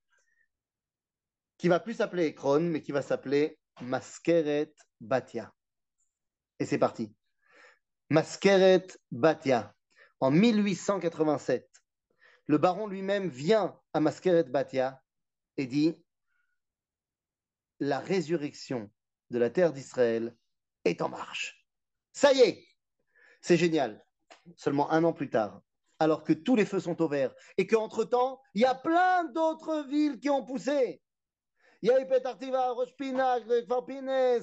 qui va plus s'appeler Ekron, mais qui va s'appeler Maskeret Batia. Et c'est parti. Maskeret Batia. En mille huit cent quatre-vingt-sept, le baron lui-même vient à Maskeret Batia et dit la résurrection de la terre d'Israël est en marche. Ça y est, c'est génial. Seulement un an plus tard, alors que tous les feux sont au vert et qu'entre-temps, il y a plein d'autres villes qui ont poussé. Il y a eu Petar Tiva, Rosh Pinach, Kfar Pines,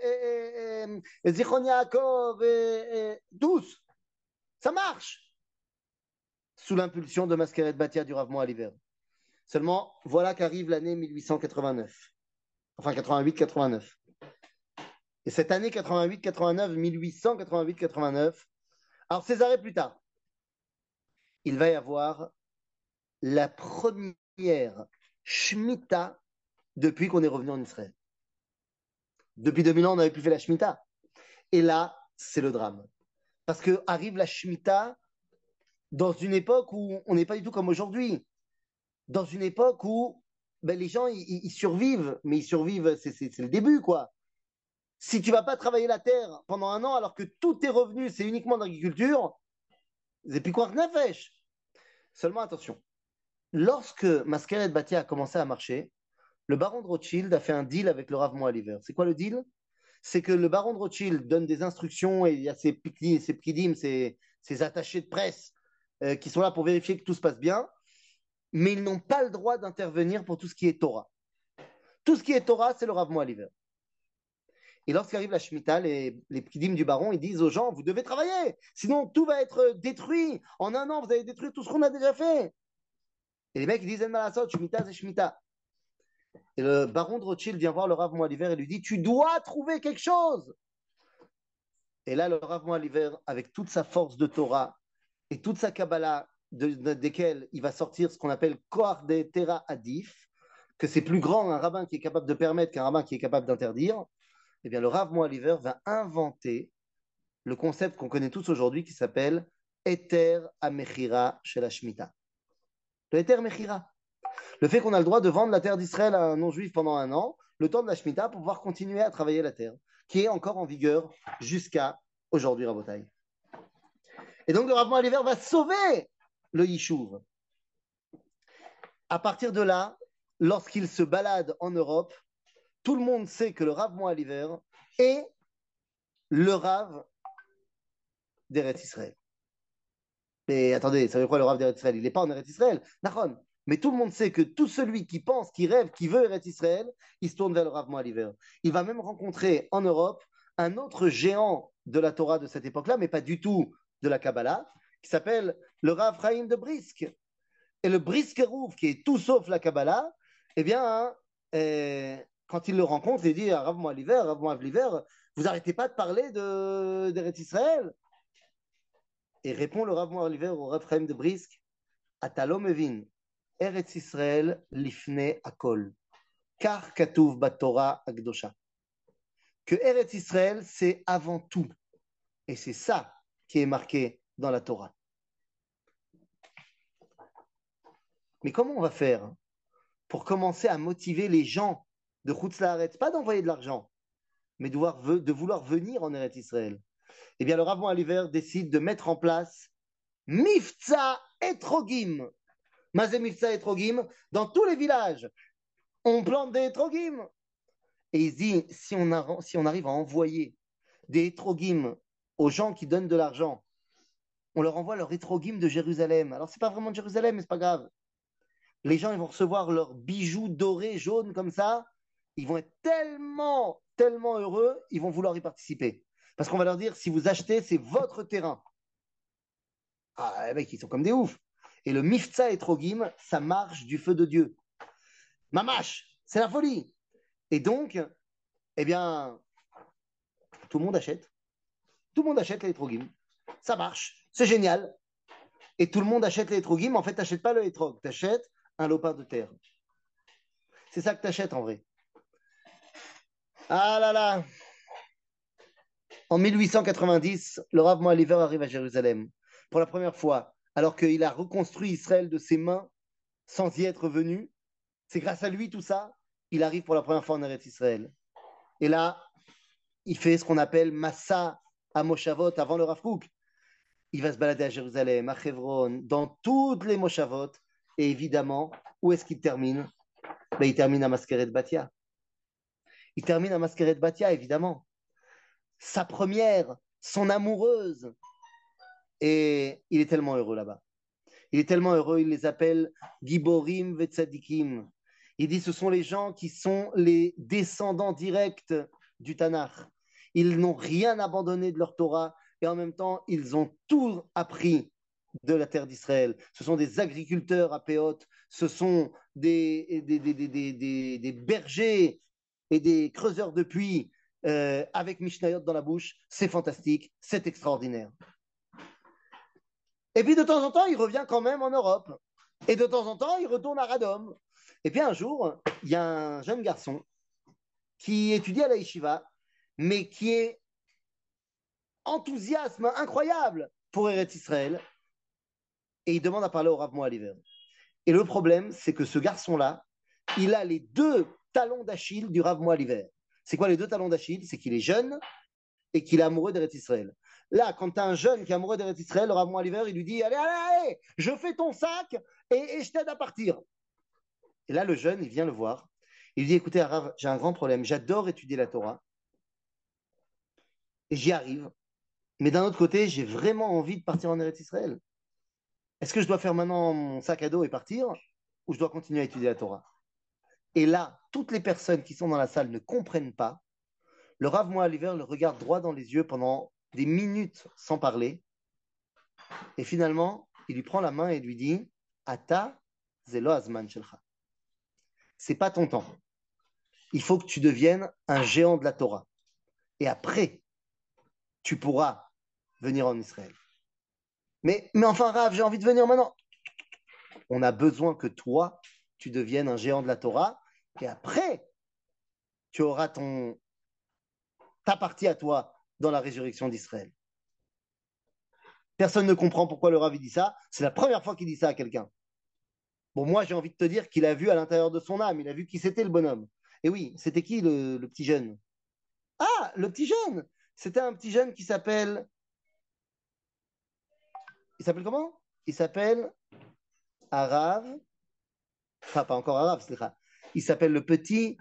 Zichron Yaakov, tous. Ça marche sous l'impulsion de Maskeret Batia du Rav Moaliver. Seulement, voilà qu'arrive l'année mille huit cent quatre-vingt-neuf. Enfin, quatre-vingt-huit quatre-vingt-neuf. Et cette année quatre-vingt-huit quatre-vingt-neuf, mille huit cent quatre-vingt-huit quatre-vingt-neuf, alors ces arrêts plus tard, il va y avoir la première Shemitah depuis qu'on est revenu en Israël. Depuis deux mille ans, on n'avait plus fait la Shemitah. Et là, c'est le drame. Parce que arrive la Shemitah dans une époque où on n'est pas du tout comme aujourd'hui. Dans une époque où ben, les gens, ils, ils survivent, mais ils survivent, c'est, c'est, c'est le début, quoi. Si tu vas pas travailler la terre pendant un an, alors que tous tes revenus, c'est uniquement d'agriculture, c'est plus quoi que nefesh. Seulement attention, lorsque Maskeret Batia a commencé à marcher, le baron de Rothschild a fait un deal avec le Rav Moaliver. C'est quoi le deal? C'est que le baron de Rothschild donne des instructions et il y a ses pkidim, ses, ses attachés de presse euh, qui sont là pour vérifier que tout se passe bien, mais ils n'ont pas le droit d'intervenir pour tout ce qui est Torah. Tout ce qui est Torah, c'est le Rav Moaliver. Et lorsqu'arrive la Shemitah, les, les pkidim du baron, ils disent aux gens, vous devez travailler, sinon tout va être détruit. En un an, vous allez détruire tout ce qu'on a déjà fait. Et les mecs, ils disent, Malasot, Shemitah, c'est Shemitah. Et le baron de Rothschild vient voir le Rav Moaliver et lui dit, tu dois trouver quelque chose. Et là, le Rav Moaliver, avec toute sa force de Torah et toute sa Kabbalah, de, de, desquelles il va sortir ce qu'on appelle Koach de Tera Adif, que c'est plus grand un rabbin qui est capable de permettre qu'un rabbin qui est capable d'interdire, eh bien, le Rav Moaliver va inventer le concept qu'on connaît tous aujourd'hui qui s'appelle Eter Amechira chez la Shemitah. Le Eter Mechira. Le fait qu'on a le droit de vendre la terre d'Israël à un non-juif pendant un an, le temps de la Shemitah, pour pouvoir continuer à travailler la terre, qui est encore en vigueur jusqu'à aujourd'hui, Rabotai. Et donc, le Rav Moaliver va sauver le Yishuv. À partir de là, lorsqu'il se balade en Europe, tout le monde sait que le Rav Moaliver est le Rav d'Eretz Israël. Mais attendez, ça veut quoi le Rav d'Eretz Israël? Il n'est pas en Eretz Israël, Nachon. Mais tout le monde sait que tout celui qui pense, qui rêve, qui veut Eretz Israël, il se tourne vers le Rav Moaliver. Il va même rencontrer en Europe un autre géant de la Torah de cette époque-là, mais pas du tout de la Kabbalah, qui s'appelle le Rav Chaim de Brisk. Et le Briskerouf, qui est tout sauf la Kabbalah, eh bien, hein, euh, quand il le rencontre, il dit à Rav Moaliver, Rav Moaliver, vous n'arrêtez pas de parler de, d'Eretz Israël. Et répond le Rav Moaliver au Rav Chaim de Brisk, Atalom Evin, Eretz Israël lifne akol, car katuv batora akdosha. Que Eretz Israël, c'est avant tout. Et c'est ça qui est marqué dans la Torah. Mais comment on va faire pour commencer à motiver les gens de Chutz Laaretz, pas d'envoyer de l'argent, mais de vouloir, de vouloir venir en Eretz Israël? Eh bien, le Rav Moaliver décide de mettre en place Mifza Etrogim. Mazé Mifza Etrogim, dans tous les villages, on plante des Etrogim. Et il se dit, si on, a, si on arrive à envoyer des Etrogim aux gens qui donnent de l'argent, on leur envoie leur Etrogim de Jérusalem. Alors, c'est pas vraiment de Jérusalem, mais c'est pas grave. Les gens, ils vont recevoir leurs bijoux dorés, jaunes, comme ça. Ils vont être tellement, tellement heureux, ils vont vouloir y participer. Parce qu'on va leur dire, si vous achetez, c'est votre terrain. Ah, les mecs, ils sont comme des oufs. Et le Mifza Etrogim, ça marche du feu de Dieu. Mamache, c'est la folie. Et donc, eh bien, tout le monde achète. Tout le monde achète les Etrogim. Ça marche, c'est génial. Et tout le monde achète les Etrogim. En fait, tu n'achètes pas le Etrog, tu achètes un lopin de terre. C'est ça que tu achètes en vrai. Ah là là. En mille huit cent quatre-vingt-dix, le Rav Moaliver arrive à Jérusalem pour la première fois, alors qu'il a reconstruit Israël de ses mains sans y être venu. C'est grâce à lui tout ça, il arrive pour la première fois en Eretz Israël. Et là, il fait ce qu'on appelle Massa à Moshavot avant le Rav Kook. Il va se balader à Jérusalem, à Hebron, dans toutes les Moshavot. Et évidemment, où est-ce qu'il termine? Ben, il termine à Maskeret Batia. Il termine à Maskeret Batia, évidemment. Sa première, son amoureuse. Et il est tellement heureux là-bas. Il est tellement heureux, il les appelle Giborim Vetzadikim. Il dit ce sont les gens qui sont les descendants directs du Tanakh. Ils n'ont rien abandonné de leur Torah et en même temps, ils ont tout appris de la terre d'Israël. Ce sont des agriculteurs à Péot, ce sont des, des, des, des, des, des bergers et des creuseurs de puits euh, avec Mishnayot dans la bouche. C'est fantastique, c'est extraordinaire. Et puis de temps en temps, il revient quand même en Europe. Et de temps en temps, il retourne à Radom. Et puis un jour, il y a un jeune garçon qui étudie à la Yeshiva, mais qui est enthousiasme incroyable pour Eretz Israël. Et il demande à parler au Rav Moaliver. Et le problème, c'est que ce garçon-là, il a les deux talons d'Achille du Rav Moaliver. C'est quoi les deux talons d'Achille? C'est qu'il est jeune et qu'il est amoureux d'Eretz Israël. Là, quand tu as un jeune qui est amoureux d'Eretz Israël, le Rav Moaliver, il lui dit allez, allez, allez, je fais ton sac et, et je t'aide à partir. Et là, le jeune, il vient le voir. Il lui dit écoutez, Rav, j'ai un grand problème. J'adore étudier la Torah. Et j'y arrive. Mais d'un autre côté, j'ai vraiment envie de partir en Eretz Israël. Est-ce que je dois faire maintenant mon sac à dos et partir ou je dois continuer à étudier la Torah? Et là, toutes les personnes qui sont dans la salle ne comprennent pas. Le Rav Moaliver le regarde droit dans les yeux pendant des minutes sans parler. Et finalement, il lui prend la main et lui dit Ata zelo azman shelcha. C'est pas ton temps. Il faut que tu deviennes un géant de la Torah. Et après, tu pourras venir en Israël. Mais, mais enfin, Rav, j'ai envie de venir maintenant. On a besoin que toi, tu deviennes un géant de la Torah. Et après, tu auras ton, ta partie à toi dans la résurrection d'Israël. Personne ne comprend pourquoi le Rav dit ça. C'est la première fois qu'il dit ça à quelqu'un. Bon, moi, j'ai envie de te dire qu'il a vu à l'intérieur de son âme, il a vu qui c'était le bonhomme. Et oui, c'était qui le, le petit jeune? Ah, le petit jeune! C'était un petit jeune qui s'appelle. Il s'appelle comment? Il s'appelle Arav. Enfin, pas encore Arav, c'est ça. Il s'appelle le petit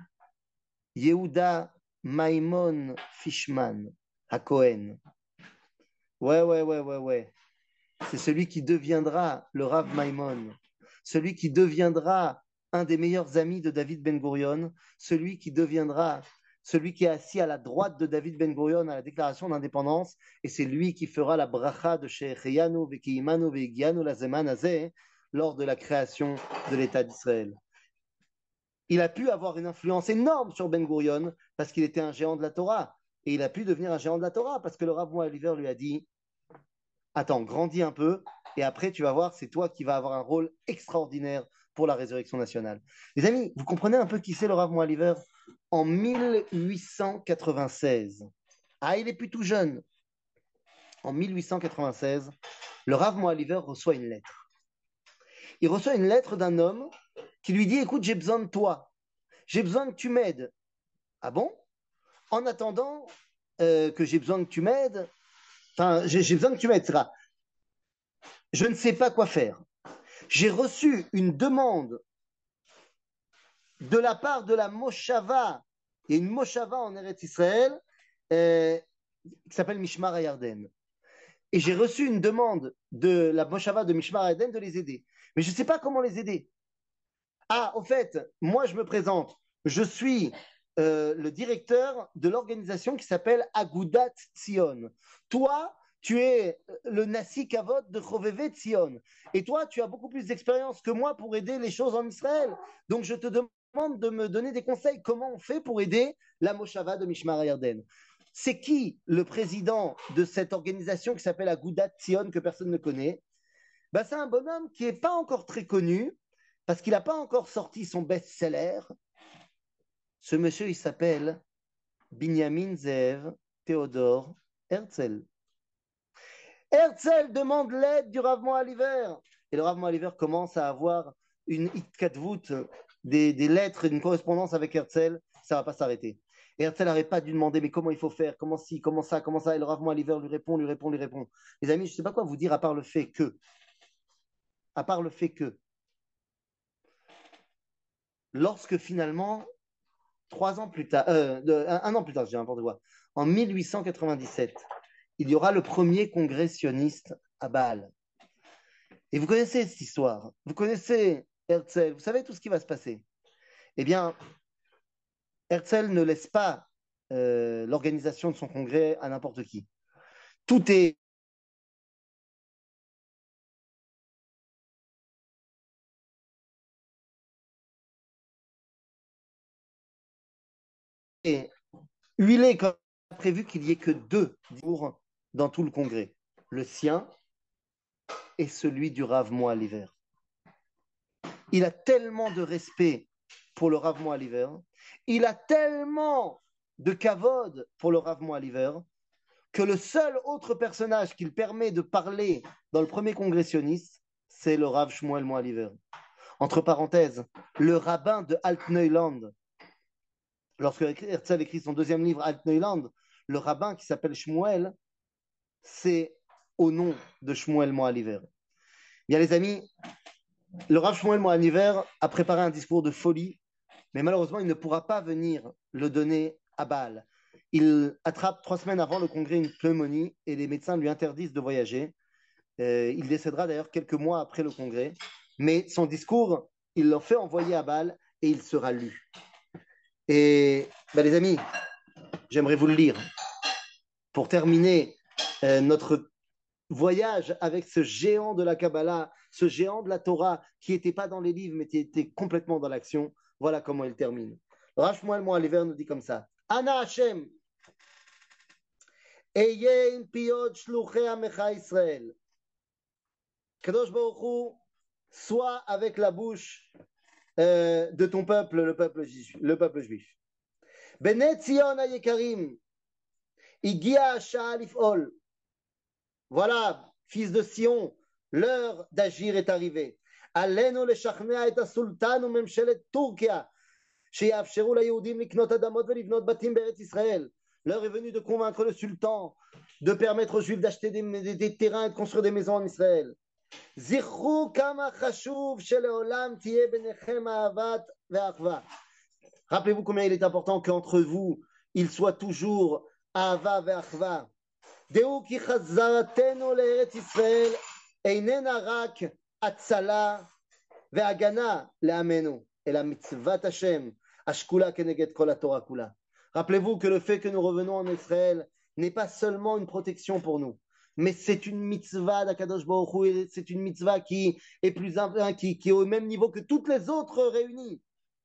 Yehuda Maimon Fishman à Cohen. Ouais, ouais, ouais, ouais, ouais. C'est celui qui deviendra le Rav Maimon, celui qui deviendra un des meilleurs amis de David Ben Gurion, celui qui deviendra celui qui est assis à la droite de David Ben Gurion à la déclaration d'indépendance, et c'est lui qui fera la bracha de Shehecheyanu Vekiimanu Vegianu Lazeman Azeh lors de la création de l'État d'Israël. Il a pu avoir une influence énorme sur Ben Gurion parce qu'il était un géant de la Torah, et il a pu devenir un géant de la Torah parce que le Rav Moaliver lui a dit attends, grandis un peu, et après, tu vas voir, c'est toi qui vas avoir un rôle extraordinaire pour la résurrection nationale. Les amis, vous comprenez un peu qui c'est le Rav Moaliver? En mille huit cent quatre-vingt-seize, ah, il est plus tout jeune. En mille huit cent quatre-vingt-seize, le Rav Moaliver reçoit une lettre. Il reçoit une lettre d'un homme qui lui dit, écoute, j'ai besoin de toi. J'ai besoin que tu m'aides. Ah bon? En attendant euh, que j'ai besoin que tu m'aides, enfin, j'ai, j'ai besoin que tu m'aides, et cetera. Je ne sais pas quoi faire. J'ai reçu une demande de la part de la Moshava. Il y a une Moshava en Eretz Israël euh, qui s'appelle Mishmar Hayarden. Et j'ai reçu une demande de la Moshava de Mishmar Hayarden de les aider. Mais je ne sais pas comment les aider. Ah, au fait, moi je me présente. Je suis euh, le directeur de l'organisation qui s'appelle Agudat Tzion. Toi, tu es le Nassi Kavod de Choveve Tzion. Et toi, tu as beaucoup plus d'expérience que moi pour aider les choses en Israël. Donc, je te demande de me donner des conseils. Comment on fait pour aider la Moshava de Mishmar Hayarden? C'est qui le président de cette organisation qui s'appelle Agudat Tzion que personne ne connaît? Ben, c'est un bonhomme qui n'est pas encore très connu parce qu'il n'a pas encore sorti son best-seller. Ce monsieur, il s'appelle Binyamin Zev Théodore Herzl. Herzl demande l'aide du Rav Moaliver. Et le Rav Moaliver commence à avoir une hitkadvout, des, des lettres, une correspondance avec Herzl. Ça ne va pas s'arrêter. Et Herzl n'arrête pas de lui demander mais comment il faut faire, comment ci, comment ça, comment ça. Et le Rav Moaliver lui répond, lui répond, lui répond. Les amis, je ne sais pas quoi vous dire à part le fait que, à part le fait que, lorsque finalement, trois ans plus tard, euh, de, un, un an plus tard, je dis n'importe quoi, en mille huit cent quatre-vingt-dix-sept, il y aura le premier congrès sioniste à Bâle. Et vous connaissez cette histoire, vous connaissez Herzl, vous savez tout ce qui va se passer. Eh bien, Herzl ne laisse pas euh, l'organisation de son congrès à n'importe qui. Tout est huilé comme prévu qu'il n'y ait que deux jours dans tout le congrès, le sien et celui du Rav Moaliver. Il a tellement de respect pour le Rav Moaliver, il a tellement de kavod pour le Rav Moaliver, que le seul autre personnage qu'il permet de parler dans le premier congressionniste, c'est le Rav Shmuel Moaliver. Entre parenthèses, le rabbin de Altneuland, lorsque Herzl écrit son deuxième livre, Altneuland, le rabbin qui s'appelle Shmuel, c'est au nom de Shmuel Moaliver. Bien les amis, le Rav Shmuel Moaliver a préparé un discours de folie, mais malheureusement, il ne pourra pas venir le donner à Bâle. Il attrape trois semaines avant le congrès une pneumonie et les médecins lui interdisent de voyager. Euh, il décédera d'ailleurs quelques mois après le congrès. Mais son discours, il l'a fait envoyer à Bâle et il sera lu. Et ben, les amis, j'aimerais vous le lire. Pour terminer euh, notre voyage avec ce géant de la Kabbalah, ce géant de la Torah qui n'était pas dans les livres mais qui était complètement dans l'action, voilà comment il termine. Rav Shmuel Moaliver nous dit comme ça. Ana Hashem, Eye in piyot shluchei amecha Israël. Kadosh Baruch Hu, sois avec la bouche euh, de ton peuple, le peuple juif. Le peuple juif. Bnei Tzion hayekarim, igia hasha'ah lif'ol. Voilà, fils de Sion, l'heure d'agir est arrivée. Alenu leshachnea et hasultan umemshelet Turkia. שיאפשרו ליהודים לקנות אדמות ולבנות בתים בארץ ישראל. L'heure est venue de convaincre le sultan de permettre aux juifs d'acheter des, des, des terrains et de construire des maisons en Israël. זכרו כמה חשוב שלעולם תהיה ביניכם אהבת ואחווה. Rappelez-vous combien il est important qu'entre vous, il soit toujours אהבה ואחווה. דעו כי חזרתנו לארץ ישראל איננה רק הצלה והגנה לעמנו, אלא מצוות השם. Rappelez-vous que le fait que nous revenons en Israël n'est pas seulement une protection pour nous, mais c'est une mitzvah d'Akadosh Baruch Hu, c'est une mitzvah qui est plus qui, qui est au même niveau que toutes les autres réunies.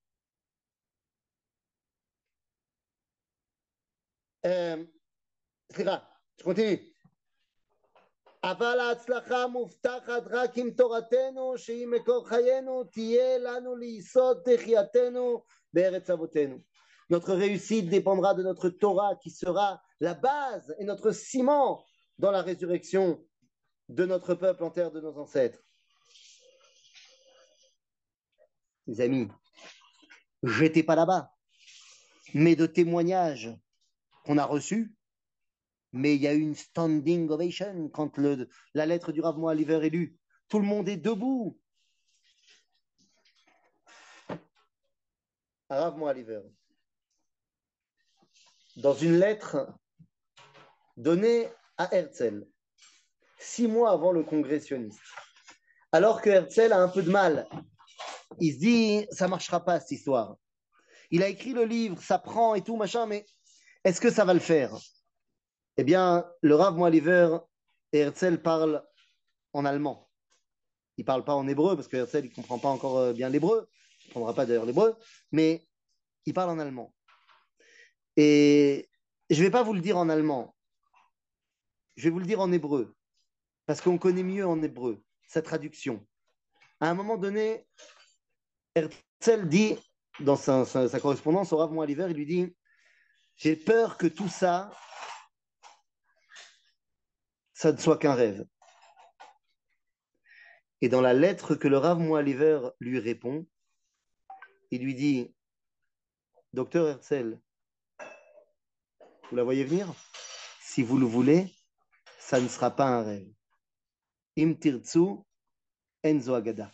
Euh, je continue. אבל ההצלחה מובטחת רק עם תורתנו שהיא מקור חיינו, תהיה לנו ליסוד תחייתנו בארץ אבותינו. Notre réussite dépendra de notre Torah qui sera la base et notre ciment dans la résurrection de notre peuple en terre de nos ancêtres. Les amis, j'étais pas là-bas, mais de témoignages qu'on a reçus, mais il y a eu une standing ovation quand le, la lettre du Rav Moaliver est lue. Tout le monde est debout. Rav Moaliver, dans une lettre donnée à Herzl, six mois avant le congrès sioniste, alors que Herzl a un peu de mal, il se dit, ça ne marchera pas cette histoire. Il a écrit le livre, ça prend et tout, machin, mais est-ce que ça va le faire? Eh bien, le Rav Moaliver et Herzl parlent en allemand. Il ne parle pas en hébreu, parce que Herzl ne comprend pas encore bien l'hébreu. Il ne comprendra pas d'ailleurs l'hébreu, mais il parle en allemand. Et je ne vais pas vous le dire en allemand. Je vais vous le dire en hébreu, parce qu'on connaît mieux en hébreu sa traduction. À un moment donné, Herzl dit, dans sa, sa, sa correspondance au Rav Moaliver, il lui dit « J'ai peur que tout ça ça ne soit qu'un rêve. Et dans la lettre que le Rav Moaliver lui répond, il lui dit, Docteur Herzl, vous la voyez venir? Si vous le voulez, ça ne sera pas un rêve. Im tirtsu enzo agada.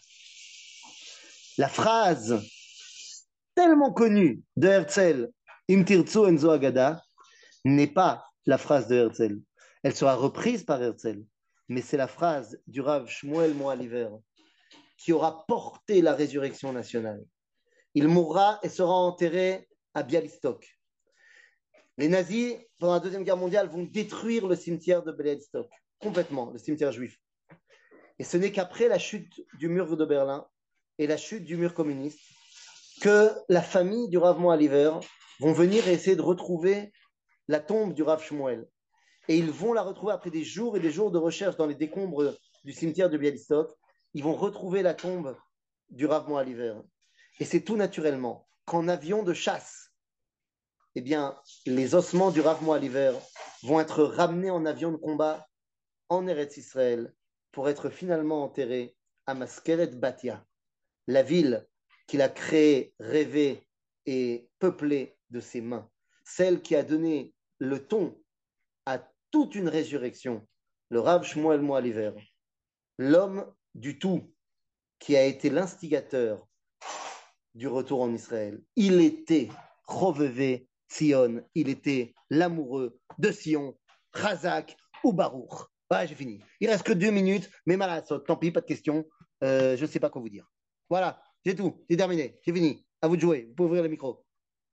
La phrase tellement connue de Herzl, Im tirtsu enzo agada, n'est pas la phrase de Herzl. Elle sera reprise par Herzl, mais c'est la phrase du Rav Shmuel Moaliver qui aura porté la résurrection nationale. Il mourra et sera enterré à Bialystok. Les nazis, pendant la Deuxième Guerre mondiale, vont détruire le cimetière de Bialystok, complètement, le cimetière juif. Et ce n'est qu'après la chute du mur de Berlin et la chute du mur communiste que la famille du Rav Moaliver vont venir et essayer de retrouver la tombe du Rav Shmuel. Et ils vont la retrouver après des jours et des jours de recherche dans les décombres du cimetière de Bialystok. Ils vont retrouver la tombe du Rav Moaliver. Et c'est tout naturellement qu'en avion de chasse, eh bien, les ossements du Rav Moaliver vont être ramenés en avion de combat en Eretz Israël pour être finalement enterrés à Maskeret Batia, la ville qu'il a créée, rêvée et peuplée de ses mains, celle qui a donné le ton à toute une résurrection, le Rav Shmuel Moaliver, l'homme du tout qui a été l'instigateur du retour en Israël. Il était Chovevé Sion, il était l'amoureux de Sion, Chazak ou Baruch. Voilà, j'ai fini. Il reste que deux minutes, mais malade, tant pis, pas de questions. Euh, je ne sais pas quoi vous dire. Voilà, j'ai tout, c'est terminé, j'ai fini. À vous de jouer, vous pouvez ouvrir le micro.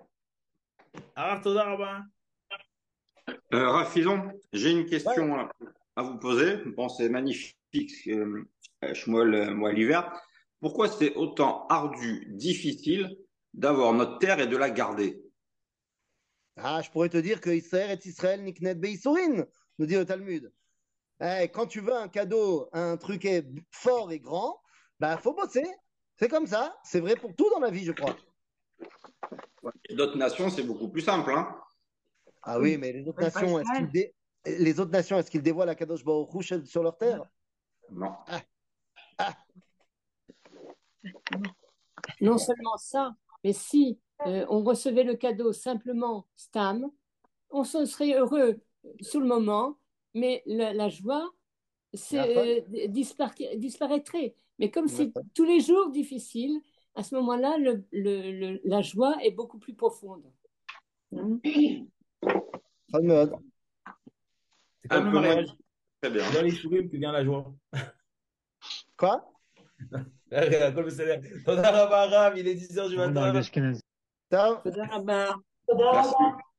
Alors, תודה רבה. Euh, Rafizon, j'ai une Ouais. question à, à vous poser. Bon, c'est magnifique, euh, Shmuel euh, Moaliver. Pourquoi c'est autant ardu, difficile d'avoir notre terre et de la garder? Ah, je pourrais te dire que Israël est Israël, Niknet Beisourin, nous dit le Talmud. Eh, quand tu veux un cadeau, un truc est fort et grand, bah faut bosser. C'est comme ça. C'est vrai pour tout dans la vie, je crois. Et d'autres nations, c'est beaucoup plus simple, hein? Ah oui, mais les autres nations, est-ce qu'ils dé- les autres nations, est-ce qu'ils dévoilent Akadosh Baruch Hu sur leur terre? Non. Ah, ah, Non seulement ça, mais si euh, on recevait le cadeau simplement Stam, on se serait heureux sur le moment, mais la, la joie c'est, euh, dispara- disparaîtrait. Mais comme c'est D'accord. tous les jours difficile, à ce moment-là, le, le- le- la joie est beaucoup plus profonde. Hein? Très mode. C'est Un comme le peu moins. mariage. Très bien. Dans les sourires que vient la joie. Quoi? הכל בסדר. תודה רבה, הרב, il est dix heures du On matin. parle d'Ashkenaz. Ça תודה רבה. Merci.